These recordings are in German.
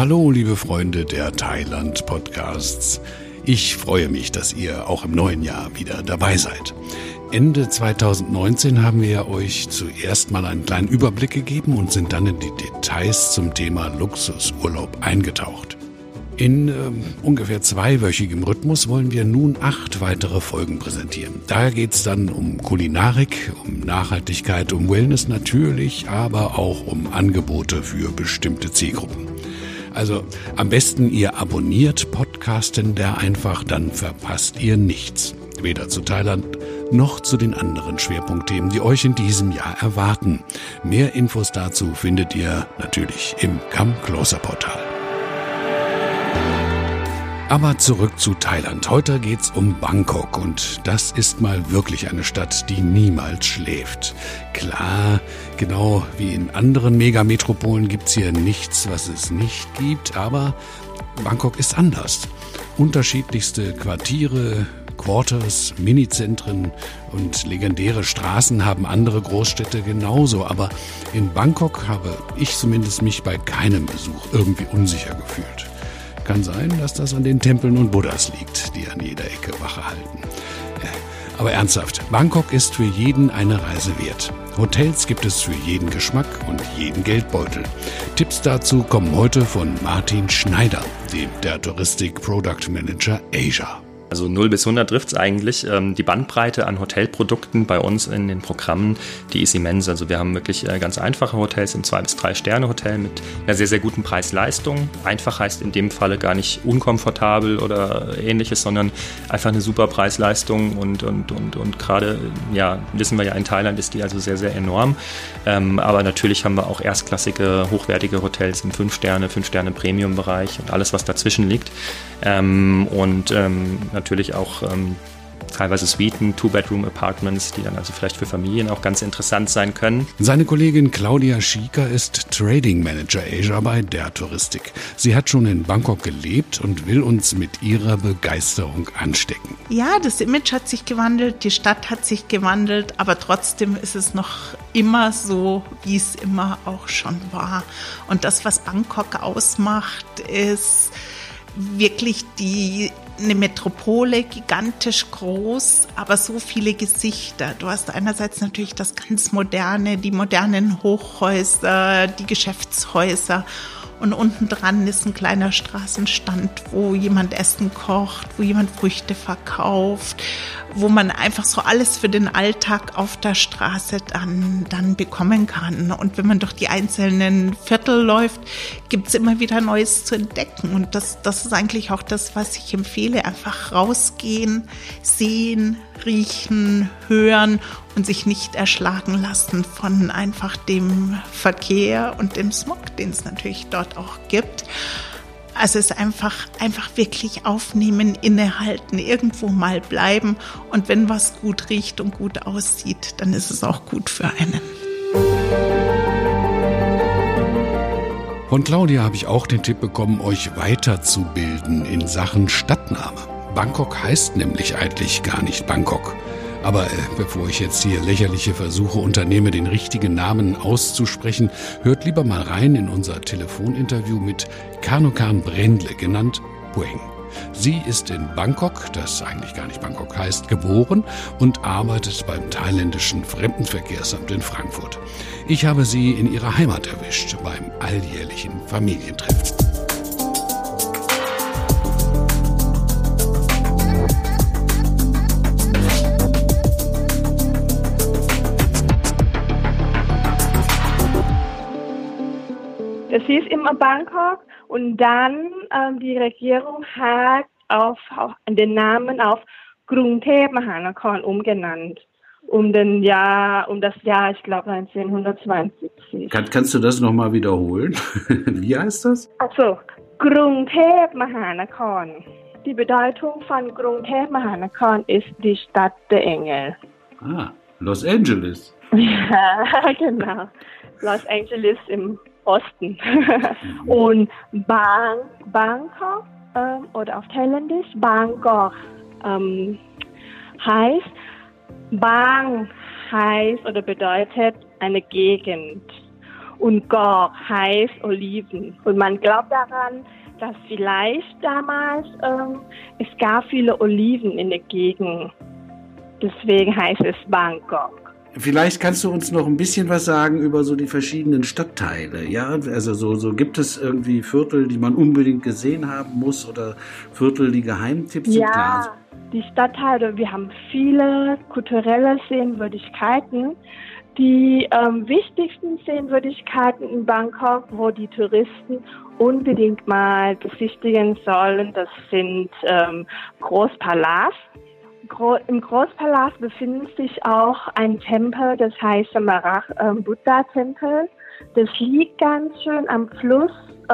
Hallo, liebe Freunde der Thailand-Podcasts. Ich freue mich, dass ihr auch im neuen Jahr wieder dabei seid. Ende 2019 haben wir euch zuerst mal einen kleinen Überblick gegeben und sind dann in die Details zum Thema Luxusurlaub eingetaucht. In ungefähr 2-wöchigem Rhythmus wollen wir nun 8 weitere Folgen präsentieren. Da geht's dann um Kulinarik, um Nachhaltigkeit, um Wellness natürlich, aber auch um Angebote für bestimmte Zielgruppen. Also am besten ihr abonniert Podcasten der einfach, dann verpasst ihr nichts. Weder zu Thailand noch zu den anderen Schwerpunktthemen, die euch in diesem Jahr erwarten. Mehr Infos dazu findet ihr natürlich im Come Closer Portal. Aber zurück zu Thailand. Heute geht's um Bangkok und das ist mal wirklich eine Stadt, die niemals schläft. Klar, genau wie in anderen Megametropolen gibt's hier nichts, was es nicht gibt, aber Bangkok ist anders. Unterschiedlichste Quartiere, Quarters, Minizentren und legendäre Straßen haben andere Großstädte genauso, aber in Bangkok habe ich zumindest mich bei keinem Besuch irgendwie unsicher gefühlt. Kann sein, dass das an den Tempeln und Buddhas liegt, die an jeder Ecke Wache halten. Aber ernsthaft, Bangkok ist für jeden eine Reise wert. Hotels gibt es für jeden Geschmack und jeden Geldbeutel. Tipps dazu kommen heute von Martin Schneider, der Touristik Product Manager Asia. Also 0 bis 100 trifft's eigentlich. Die Bandbreite an Hotelprodukten bei uns in den Programmen, die ist immens. Also wir haben wirklich ganz einfache Hotels im 2- bis 3-Sterne-Hotel mit einer sehr, sehr guten Preis-Leistung. Einfach heißt in dem Falle gar nicht unkomfortabel oder ähnliches, sondern einfach eine super Preis-Leistung und gerade, ja, wissen wir ja, in Thailand ist die also sehr, sehr enorm. Aber natürlich haben wir auch erstklassige, hochwertige Hotels im 5-Sterne-Premium-Bereich und alles, was dazwischen liegt. Natürlich auch teilweise Suiten, 2-Bedroom-Apartments, die dann also vielleicht für Familien auch ganz interessant sein können. Seine Kollegin Claudia Schieker ist Trading Manager Asia bei der Touristik. Sie hat schon in Bangkok gelebt und will uns mit ihrer Begeisterung anstecken. Ja, das Image hat sich gewandelt, die Stadt hat sich gewandelt, aber trotzdem ist es noch immer so, wie es immer auch schon war. Und das, was Bangkok ausmacht, ist wirklich eine Metropole, gigantisch groß, aber so viele Gesichter. Du hast einerseits natürlich das ganz Moderne, die modernen Hochhäuser, die Geschäftshäuser und unten dran ist ein kleiner Straßenstand, wo jemand Essen kocht, wo jemand Früchte verkauft, wo man einfach so alles für den Alltag auf der Straße dann bekommen kann. Und wenn man durch die einzelnen Viertel läuft, gibt's immer wieder Neues zu entdecken. Und das ist eigentlich auch das, was ich empfehle. Einfach rausgehen, sehen, riechen, hören und sich nicht erschlagen lassen von einfach dem Verkehr und dem Smog, den es natürlich dort auch gibt. Also es ist einfach wirklich aufnehmen, innehalten, irgendwo mal bleiben. Und wenn was gut riecht und gut aussieht, dann ist es auch gut für einen. Von Claudia habe ich auch den Tipp bekommen, euch weiterzubilden in Sachen Stadtname. Bangkok heißt nämlich eigentlich gar nicht Bangkok. Aber bevor ich jetzt hier lächerliche Versuche unternehme, den richtigen Namen auszusprechen, hört lieber mal rein in unser Telefoninterview mit Kanukan Brendle, genannt Pueng. Sie ist in Bangkok, das eigentlich gar nicht Bangkok heißt, geboren und arbeitet beim thailändischen Fremdenverkehrsamt in Frankfurt. Ich habe sie in ihrer Heimat erwischt, beim alljährlichen Familientreffen. Das hieß immer Bangkok und dann die Regierung hat den Namen auf Krungthep Mahanakhon umgenannt. Um das Jahr, ich glaube 1972. Kannst du das nochmal wiederholen? Wie heißt das? Also, Krungthep Mahanakhon. Die Bedeutung von Krungthep Mahanakhon ist die Stadt der Engel. Ah, Los Angeles. Ja, genau. Los Angeles im Osten. Und Bangkok oder auf Thailändisch Bangkok heißt, Bang heißt oder bedeutet eine Gegend. und Gok heißt Oliven. Und man glaubt daran, dass vielleicht damals es gab viele Oliven in der Gegend. Deswegen heißt es Bangkok. Vielleicht kannst du uns noch ein bisschen was sagen über so die verschiedenen Stadtteile. Ja, also so gibt es irgendwie Viertel, die man unbedingt gesehen haben muss oder Viertel, die Geheimtipps sind? Ja, die Stadtteile, wir haben viele kulturelle Sehenswürdigkeiten. Die wichtigsten Sehenswürdigkeiten in Bangkok, wo die Touristen unbedingt mal besichtigen sollen, das sind Großpalast. Im Großpalast befindet sich auch ein Tempel, das heißt Samarach Buddha-Tempel. Das liegt ganz schön am Fluss,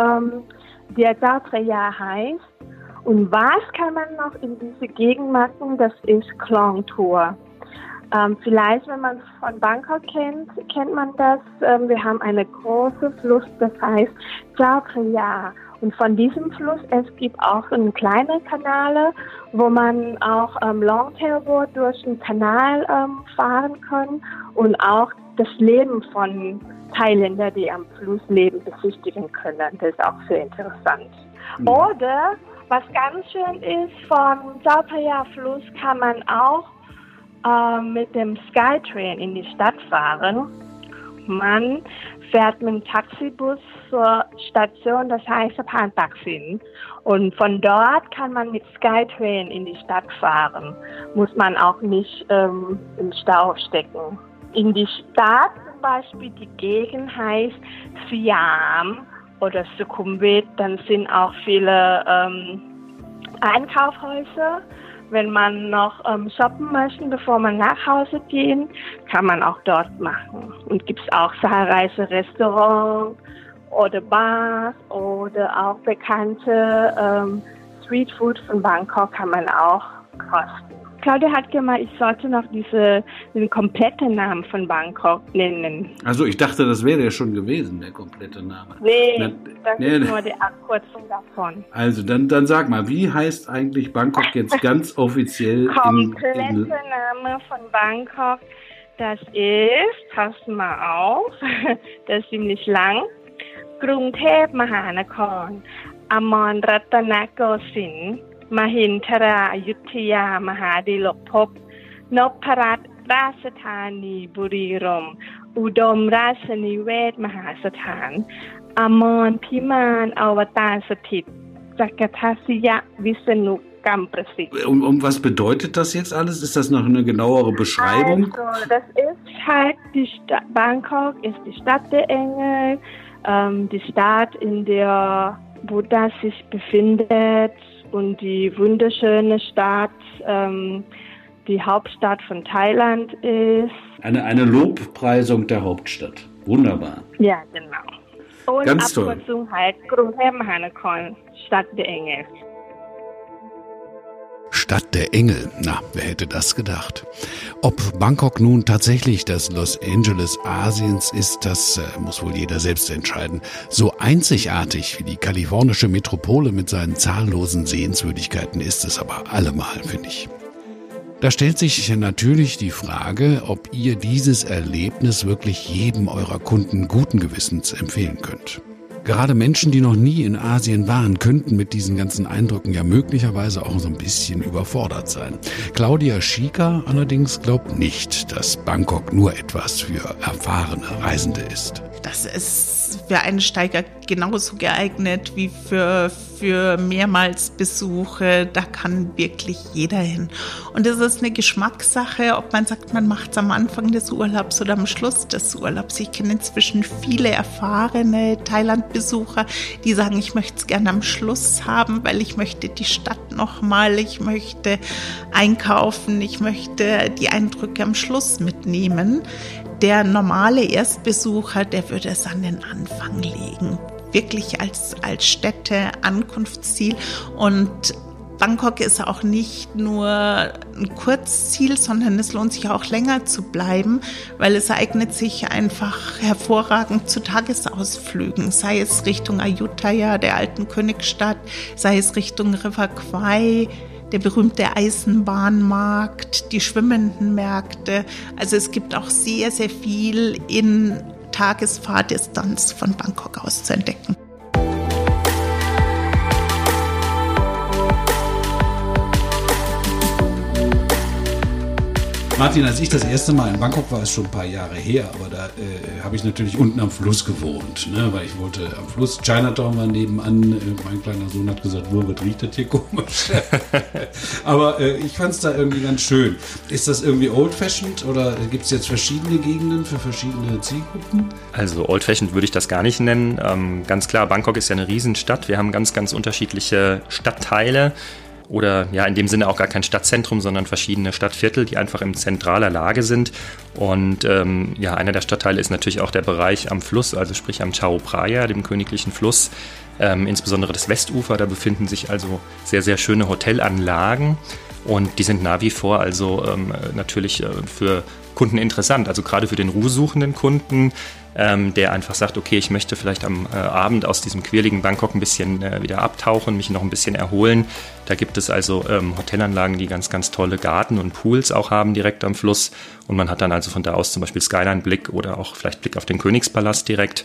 der Chao Phraya heißt. Und was kann man noch in diese Gegend machen? Das ist Klong Tour. Vielleicht, wenn man es von Bangkok kennt man das. Wir haben eine große Fluss, das heißt Chao Phraya. Und von diesem Fluss, es gibt auch einen kleinen Kanal, wo man auch Longtailboot durch den Kanal fahren kann und auch das Leben von Thailändern, die am Fluss leben, besichtigen können. Das ist auch sehr interessant. Mhm. Oder, was ganz schön ist, vom Chao Phraya Fluss kann man auch mit dem Skytrain in die Stadt fahren. Man fährt mit dem Taxibus zur Station, das heißt Sapan Taksin. Und von dort kann man mit Skytrain in die Stadt fahren. Muss man auch nicht im Stau stecken. In die Stadt zum Beispiel, die Gegend heißt Siam oder Sukhumvit. Dann sind auch viele Einkaufshäuser. Wenn man noch shoppen möchte, bevor man nach Hause geht, kann man auch dort machen. Und gibt es auch zahlreiche Restaurants oder Bars oder auch bekannte Streetfood von Bangkok kann man auch kosten. Claudia hat gemeint, ich sollte noch den kompletten Namen von Bangkok nennen. Also ich dachte, das wäre ja schon gewesen, der komplette Name. Nee, das ist nur die Abkürzung davon. Also dann sag mal, wie heißt eigentlich Bangkok jetzt ganz offiziell? Komplette Name von Bangkok, das ist, pass mal auf, das ist ziemlich lang, Krungthep Mahanakhon, Amon Ratana Gosin, Mahintara Ayutthaya Mahadilokphop, Nopparat Rajasthani Buriram, Udom Rajanivet Mahasathan, Amon Piman Avatar Sathit, Jakathasiya Visnu Kamprasit. Und was bedeutet das jetzt alles? Ist das noch eine genauere Beschreibung? Also, das ist halt die Stadt, Bangkok ist die Stadt der Engel, die Stadt, in der Buddha sich befindet und die wunderschöne Stadt, die Hauptstadt von Thailand ist. Eine Lobpreisung der Hauptstadt. Wunderbar. Ja, genau. Und ganz Abkürzung halt Krungthep Mahanakhon, Stadt der Engel. Stadt der Engel. Na, wer hätte das gedacht? Ob Bangkok nun tatsächlich das Los Angeles Asiens ist, das muss wohl jeder selbst entscheiden. So einzigartig wie die kalifornische Metropole mit seinen zahllosen Sehenswürdigkeiten ist es aber allemal, finde ich. Da stellt sich natürlich die Frage, ob ihr dieses Erlebnis wirklich jedem eurer Kunden guten Gewissens empfehlen könnt. Gerade Menschen, die noch nie in Asien waren, könnten mit diesen ganzen Eindrücken ja möglicherweise auch so ein bisschen überfordert sein. Claudia Schieker allerdings glaubt nicht, dass Bangkok nur etwas für erfahrene Reisende ist. Das ist für Einsteiger genauso geeignet wie für Mehrmalsbesuche. Da kann wirklich jeder hin. Und es ist eine Geschmackssache, ob man sagt, man macht es am Anfang des Urlaubs oder am Schluss des Urlaubs. Ich kenne inzwischen viele erfahrene Thailand-Besucher, die sagen, ich möchte es gerne am Schluss haben, weil ich möchte die Stadt nochmal, ich möchte einkaufen, ich möchte die Eindrücke am Schluss mitnehmen. Der normale Erstbesucher, der würde es an den Anfang legen. Wirklich als Städte, Ankunftsziel. Und Bangkok ist auch nicht nur ein Kurzziel, sondern es lohnt sich auch länger zu bleiben, weil es eignet sich einfach hervorragend zu Tagesausflügen, sei es Richtung Ayutthaya, der alten Königsstadt, sei es Richtung River Kwai, der berühmte Eisenbahnmarkt, die schwimmenden Märkte. Also es gibt auch sehr, sehr viel in Tagesfahrdistanz von Bangkok aus zu entdecken. Martin, als ich das erste Mal in Bangkok war, ist schon ein paar Jahre her, aber da habe ich natürlich unten am Fluss gewohnt, ne? Weil ich wollte am Fluss, Chinatown war nebenan, mein kleiner Sohn hat gesagt, was riecht das hier komisch? Aber ich fand es da irgendwie ganz schön. Ist das irgendwie old-fashioned oder gibt es jetzt verschiedene Gegenden für verschiedene Zielgruppen? Also old-fashioned würde ich das gar nicht nennen. Ganz klar, Bangkok ist ja eine Riesenstadt. Wir haben ganz, ganz unterschiedliche Stadtteile. Oder ja, in dem Sinne auch gar kein Stadtzentrum, sondern verschiedene Stadtviertel, die einfach in zentraler Lage sind. Und einer der Stadtteile ist natürlich auch der Bereich am Fluss, also sprich am Chao Phraya, dem königlichen Fluss. Insbesondere das Westufer, da befinden sich also sehr, sehr schöne Hotelanlagen. Und die sind nach wie vor also natürlich für Kunden interessant, also gerade für den ruhesuchenden Kunden, der einfach sagt, okay, ich möchte vielleicht am Abend aus diesem quirligen Bangkok ein bisschen wieder abtauchen, mich noch ein bisschen erholen. Da gibt es also Hotelanlagen, die ganz, ganz tolle Garten und Pools auch haben direkt am Fluss. Und man hat dann also von da aus zum Beispiel Skyline-Blick oder auch vielleicht Blick auf den Königspalast direkt.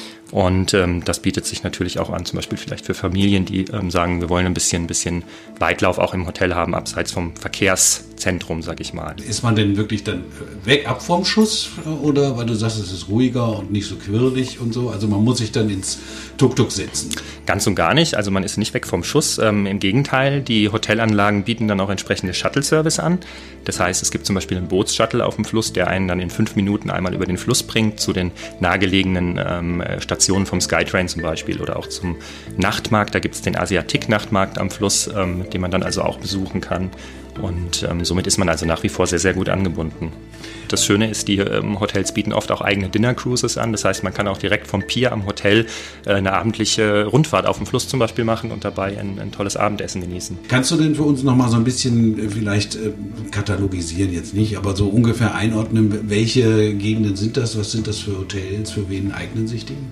Und das bietet sich natürlich auch an, zum Beispiel vielleicht für Familien, die sagen, wir wollen ein bisschen Weitlauf auch im Hotel haben, abseits vom Verkehrszentrum, sag ich mal. Ist man denn wirklich dann weg ab vom Schuss oder weil du sagst, es ist ruhiger und nicht so quirlig und so? Also man muss sich dann ins Tuk-Tuk setzen? Ganz und gar nicht. Also man ist nicht weg vom Schuss. Im Gegenteil, die Hotelanlagen bieten dann auch entsprechende Shuttle-Service an. Das heißt, es gibt zum Beispiel einen Bootsshuttle auf dem Fluss, der einen dann in 5 Minuten einmal über den Fluss bringt, zu den nahegelegenen Stationen vom Skytrain zum Beispiel oder auch zum Nachtmarkt. Da gibt es den Asiatik-Nachtmarkt am Fluss, den man dann also auch besuchen kann. Und somit ist man also nach wie vor sehr, sehr gut angebunden. Das Schöne ist, die Hotels bieten oft auch eigene Dinner-Cruises an. Das heißt, man kann auch direkt vom Pier am Hotel eine abendliche Rundfahrt auf dem Fluss zum Beispiel machen und dabei ein tolles Abendessen genießen. Kannst du denn für uns nochmal so ein bisschen vielleicht katalogisieren, jetzt nicht, aber so ungefähr einordnen, welche Gegenden sind das? Was sind das für Hotels? Für wen eignen sich die?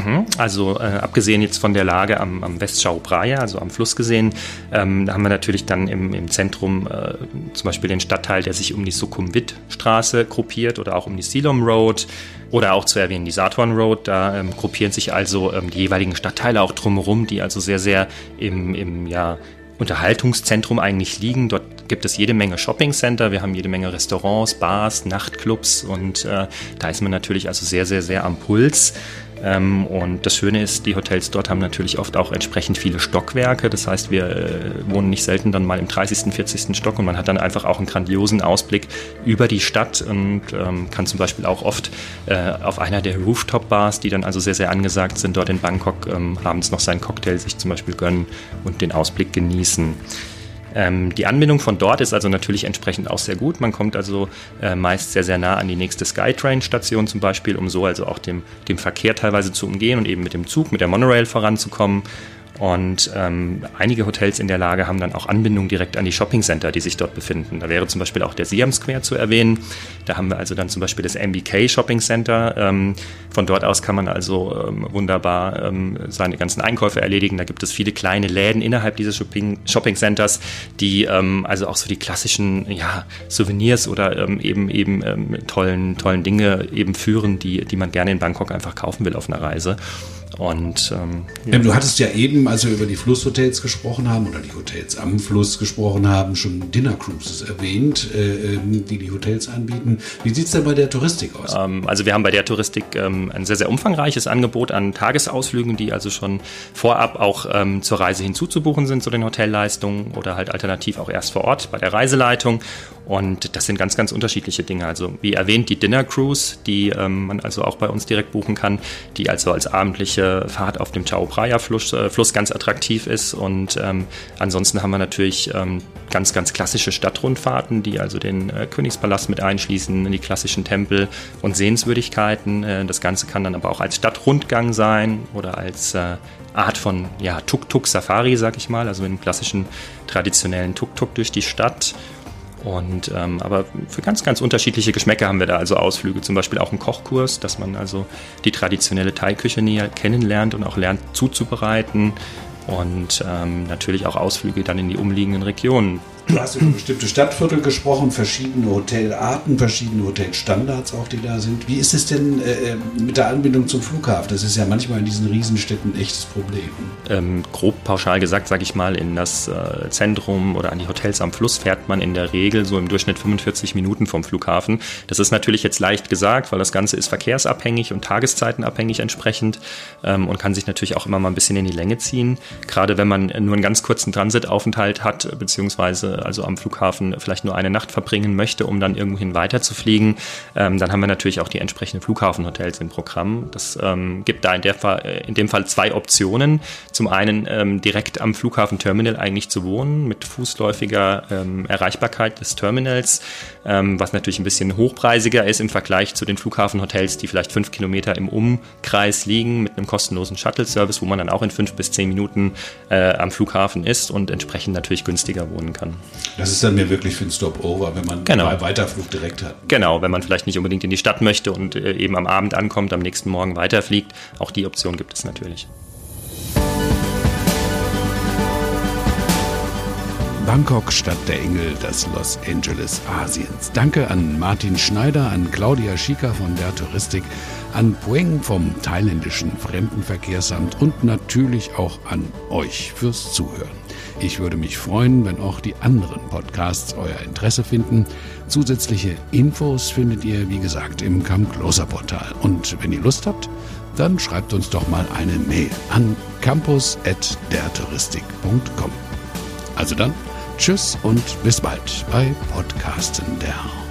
Also abgesehen jetzt von der Lage am West-Chao Phraya, also am Fluss gesehen, da haben wir natürlich dann im Zentrum zum Beispiel den Stadtteil, der sich um die Sukhumvit-Straße gruppiert oder auch um die Silom Road oder auch zu erwähnen die Sathorn Road. Da gruppieren sich also die jeweiligen Stadtteile auch drumherum, die also sehr, sehr im Unterhaltungszentrum eigentlich liegen. Dort gibt es jede Menge Shoppingcenter, wir haben jede Menge Restaurants, Bars, Nachtclubs und da ist man natürlich also sehr, sehr, sehr am Puls. Und das Schöne ist, die Hotels dort haben natürlich oft auch entsprechend viele Stockwerke. Das heißt, wir wohnen nicht selten dann mal im 30., 40. Stock und man hat dann einfach auch einen grandiosen Ausblick über die Stadt und kann zum Beispiel auch oft auf einer der Rooftop-Bars, die dann also sehr, sehr angesagt sind, dort in Bangkok, abends noch seinen Cocktail sich zum Beispiel gönnen und den Ausblick genießen. Die Anbindung von dort ist also natürlich entsprechend auch sehr gut. Man kommt also meist sehr, sehr nah an die nächste Skytrain-Station zum Beispiel, um so also auch dem Verkehr teilweise zu umgehen und eben mit dem Zug, mit der Monorail voranzukommen. Und einige Hotels in der Lage haben dann auch Anbindung direkt an die Shoppingcenter, die sich dort befinden. Da wäre zum Beispiel auch der Siam Square zu erwähnen. Da haben wir also dann zum Beispiel das MBK Shopping Center. Von dort aus kann man also wunderbar seine ganzen Einkäufe erledigen. Da gibt es viele kleine Läden innerhalb dieses Shopping Centers, die also auch so die klassischen Souvenirs oder tollen Dinge eben führen, die man gerne in Bangkok einfach kaufen will auf einer Reise. Und du hattest ja eben, als wir über die Flusshotels gesprochen haben oder die Hotels am Fluss gesprochen haben, schon Dinner Cruises erwähnt, die Hotels anbieten. Wie sieht es denn bei der Touristik aus? Also wir haben bei der Touristik ein sehr, sehr umfangreiches Angebot an Tagesausflügen, die also schon vorab auch zur Reise hinzuzubuchen sind zu den Hotelleistungen oder halt alternativ auch erst vor Ort bei der Reiseleitung. Und das sind ganz, ganz unterschiedliche Dinge. Also wie erwähnt die Dinner Cruise, die man also auch bei uns direkt buchen kann, die also als abendliche Fahrt auf dem Chao Phraya Fluss ganz attraktiv ist. Und ansonsten haben wir natürlich ganz, ganz klassische Stadtrundfahrten, die also den Königspalast mit einschließen, die klassischen Tempel und Sehenswürdigkeiten. Das Ganze kann dann aber auch als Stadtrundgang sein oder als Art von Tuk-Tuk-Safari, sag ich mal, also mit einem klassischen traditionellen Tuk-Tuk durch die Stadt. Und aber für ganz, ganz unterschiedliche Geschmäcker haben wir da also Ausflüge, zum Beispiel auch einen Kochkurs, dass man also die traditionelle Thai-Küche näher kennenlernt und auch lernt zuzubereiten und natürlich auch Ausflüge dann in die umliegenden Regionen. Du hast über bestimmte Stadtviertel gesprochen, verschiedene Hotelarten, verschiedene Hotelstandards auch, die da sind. Wie ist es denn mit der Anbindung zum Flughafen? Das ist ja manchmal in diesen Riesenstädten ein echtes Problem. Grob pauschal gesagt, sage ich mal, in das Zentrum oder an die Hotels am Fluss fährt man in der Regel so im Durchschnitt 45 Minuten vom Flughafen. Das ist natürlich jetzt leicht gesagt, weil das Ganze ist verkehrsabhängig und tageszeitenabhängig entsprechend und kann sich natürlich auch immer mal ein bisschen in die Länge ziehen. Gerade wenn man nur einen ganz kurzen Transitaufenthalt hat, beziehungsweise also am Flughafen vielleicht nur eine Nacht verbringen möchte, um dann irgendwohin weiterzufliegen, dann haben wir natürlich auch die entsprechenden Flughafenhotels im Programm. Das gibt da in dem Fall zwei Optionen. Zum einen direkt am Flughafenterminal eigentlich zu wohnen, mit fußläufiger Erreichbarkeit des Terminals, was natürlich ein bisschen hochpreisiger ist im Vergleich zu den Flughafenhotels, die vielleicht 5 Kilometer im Umkreis liegen, mit einem kostenlosen Shuttle-Service, wo man dann auch in 5 bis 10 Minuten am Flughafen ist und entsprechend natürlich günstiger wohnen kann. Das ist dann mehr wirklich für ein Stopover, wenn man einen Weiterflug direkt hat. Genau, wenn man vielleicht nicht unbedingt in die Stadt möchte und eben am Abend ankommt, am nächsten Morgen weiterfliegt. Auch die Option gibt es natürlich. Bangkok, Stadt der Engel, das Los Angeles Asiens. Danke an Martin Schneider, an Claudia Schieker von der Touristik, an Pueng vom thailändischen Fremdenverkehrsamt und natürlich auch an euch fürs Zuhören. Ich würde mich freuen, wenn auch die anderen Podcasts euer Interesse finden. Zusätzliche Infos findet ihr, wie gesagt, im Come Closer Portal. Und wenn ihr Lust habt, dann schreibt uns doch mal eine Mail an campus@dertouristik.com. Also dann, tschüss und bis bald bei Podcasten der